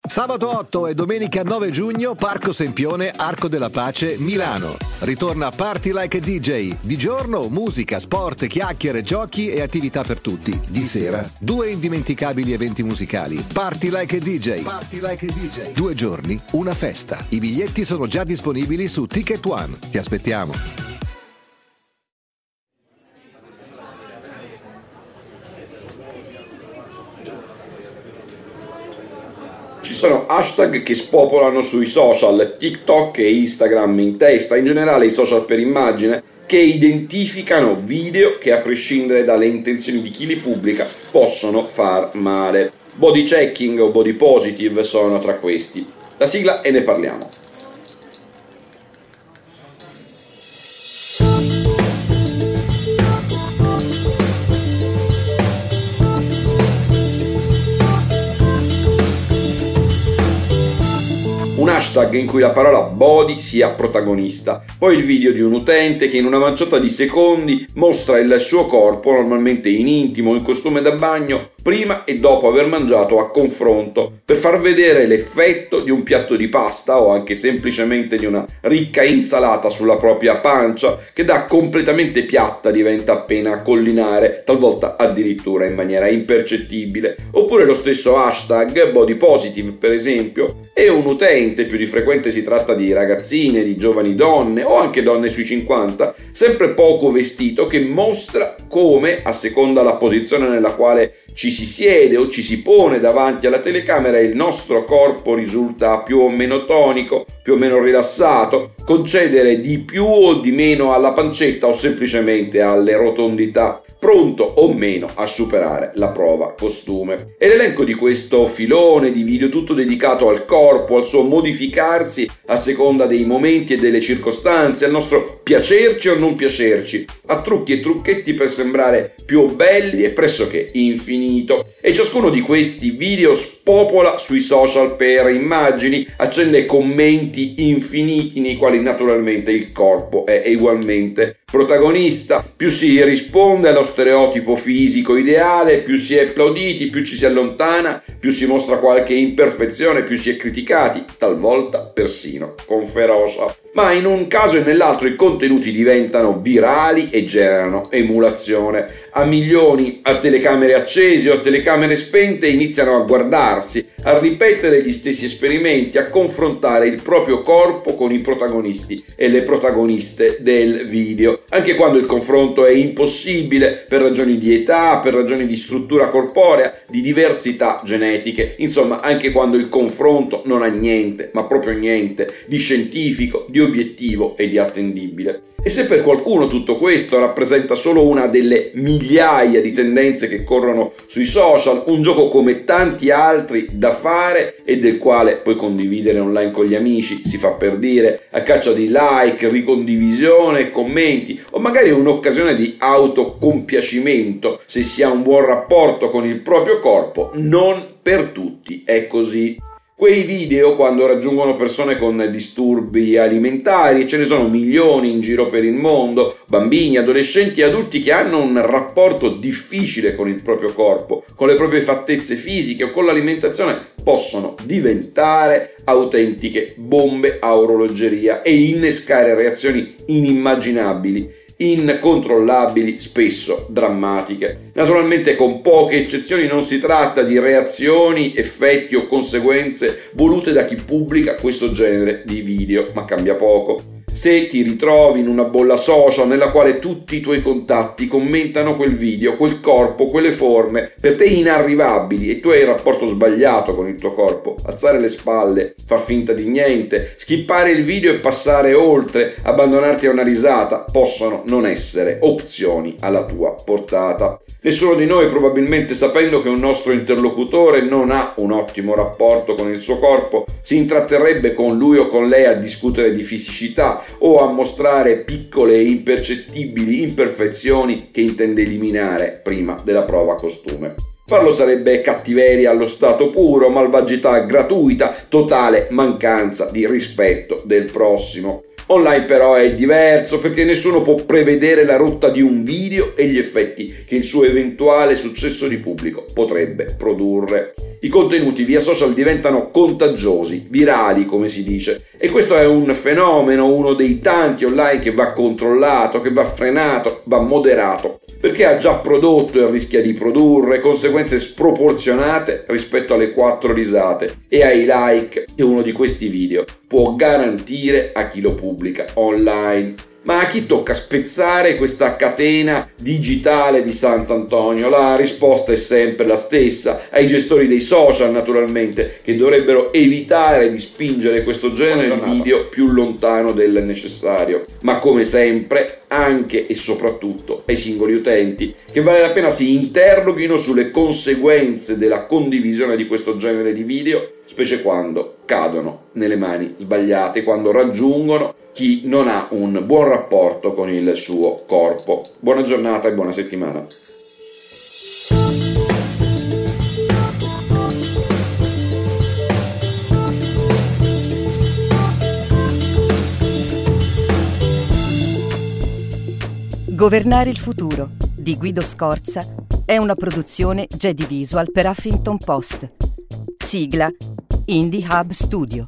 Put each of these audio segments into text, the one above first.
Sabato 8 e domenica 9 giugno, Parco Sempione, Arco della Pace, Milano. Ritorna Party Like a DJ. Di giorno, musica, sport, chiacchiere, giochi e attività per tutti. Di sera, 2 indimenticabili eventi musicali. Party Like a DJ. Party Like a DJ. 2 giorni, una festa. I biglietti sono già disponibili su Ticket One. Ti aspettiamo. Ci sono hashtag che spopolano sui social, TikTok e Instagram in testa, in generale i social per immagine, che identificano video che, a prescindere dalle intenzioni di chi li pubblica, possono far male. Body checking o body positive sono tra questi. La sigla e ne parliamo. Un hashtag in cui la parola body sia protagonista, poi il video di un utente che in una manciata di secondi mostra il suo corpo, normalmente in intimo o in costume da bagno, prima e dopo aver mangiato a confronto, per far vedere l'effetto di un piatto di pasta o anche semplicemente di una ricca insalata sulla propria pancia, che da completamente piatta diventa appena collinare, talvolta addirittura in maniera impercettibile. Oppure lo stesso hashtag body positive, per esempio, e un utente, più di frequente si tratta di ragazzine, di giovani donne o anche donne sui 50, sempre poco vestito, che mostra come, a seconda la posizione nella quale ci si siede o ci si pone davanti alla telecamera, il nostro corpo risulta più o meno tonico, più o meno rilassato, concedere di più o di meno alla pancetta o semplicemente alle rotondità, pronto o meno a superare la prova costume. E l'elenco di questo filone di video tutto dedicato al corpo, al suo modificarsi a seconda dei momenti e delle circostanze, al nostro piacerci o non piacerci, a trucchi e trucchetti per sembrare più belli e pressoché infinito. E ciascuno di questi video spopola sui social per immagini, accende commenti infiniti nei quali naturalmente il corpo è ugualmente protagonista. Più si risponde allo stereotipo fisico ideale, più si è applauditi, più ci si allontana, più si mostra qualche imperfezione, più si è criticati, talvolta persino con ferocia. Ma in un caso e nell'altro i contenuti diventano virali e generano emulazione. A milioni, a telecamere accese o a telecamere spente, iniziano a guardarsi, a ripetere gli stessi esperimenti, a confrontare il proprio corpo con i protagonisti e le protagoniste del video, anche quando il confronto è impossibile per ragioni di età, per ragioni di struttura corporea, di diversità genetiche, insomma anche quando il confronto non ha niente, ma proprio niente, di scientifico, di obiettivo e di attendibile. E se per qualcuno tutto questo rappresenta solo una delle migliaia di tendenze che corrono sui social, un gioco come tanti altri da fare e del quale puoi condividere online con gli amici, si fa per dire, a caccia di like, ricondivisione, commenti, o magari un'occasione di autocompiacimento se si ha un buon rapporto con il proprio corpo, non per tutti è così. Quei video, quando raggiungono persone con disturbi alimentari, ce ne sono milioni in giro per il mondo, bambini, adolescenti e adulti che hanno un rapporto difficile con il proprio corpo, con le proprie fattezze fisiche o con l'alimentazione, possono diventare autentiche bombe a orologeria e innescare reazioni inimmaginabili, incontrollabili, spesso drammatiche. Naturalmente, con poche eccezioni, non si tratta di reazioni, effetti o conseguenze volute da chi pubblica questo genere di video, ma cambia poco. Se ti ritrovi in una bolla social nella quale tutti i tuoi contatti commentano quel video, quel corpo, quelle forme per te inarrivabili, e tu hai il rapporto sbagliato con il tuo corpo, alzare le spalle, far finta di niente, skippare il video e passare oltre, abbandonarti a una risata, possono non essere opzioni alla tua portata. Nessuno di noi, probabilmente sapendo che un nostro interlocutore non ha un ottimo rapporto con il suo corpo, si intratterrebbe con lui o con lei a discutere di fisicità o a mostrare piccole e impercettibili imperfezioni che intende eliminare prima della prova costume. Farlo sarebbe cattiveria allo stato puro, malvagità gratuita, totale mancanza di rispetto del prossimo. Online però è diverso, perché nessuno può prevedere la rotta di un video e gli effetti che il suo eventuale successo di pubblico potrebbe produrre. I contenuti via social diventano contagiosi, virali come si dice, e questo è un fenomeno, uno dei tanti online che va controllato, che va frenato, va moderato, perché ha già prodotto e rischia di produrre conseguenze sproporzionate rispetto alle 4 risate e ai like che uno di questi video può garantire a chi lo pubblica online. Ma a chi tocca spezzare questa catena digitale di Sant'Antonio? La risposta è sempre la stessa, ai gestori dei social naturalmente, che dovrebbero evitare di spingere questo genere di video più lontano del necessario. Ma come sempre, anche e soprattutto ai singoli utenti, che vale la pena si interroghino sulle conseguenze della condivisione di questo genere di video, specie quando cadono nelle mani sbagliate, quando raggiungono chi non ha un buon rapporto con il suo corpo. Buona giornata e buona settimana. Governare il futuro di Guido Scorza è una produzione Jedi Visual per Huffington Post. Sigla Indie Hub Studio.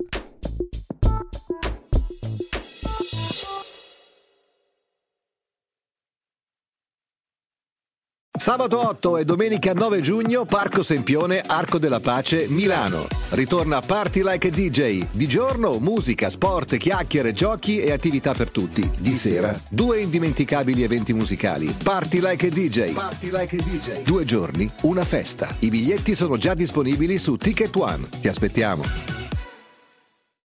Sabato 8 e domenica 9 giugno, Parco Sempione, Arco della Pace, Milano. Ritorna Party Like a DJ. Di giorno, musica, sport, chiacchiere, giochi e attività per tutti. Di sera, 2 indimenticabili eventi musicali. Party Like a DJ. Party Like a DJ. 2 giorni, una festa. I biglietti sono già disponibili su Ticket One. Ti aspettiamo.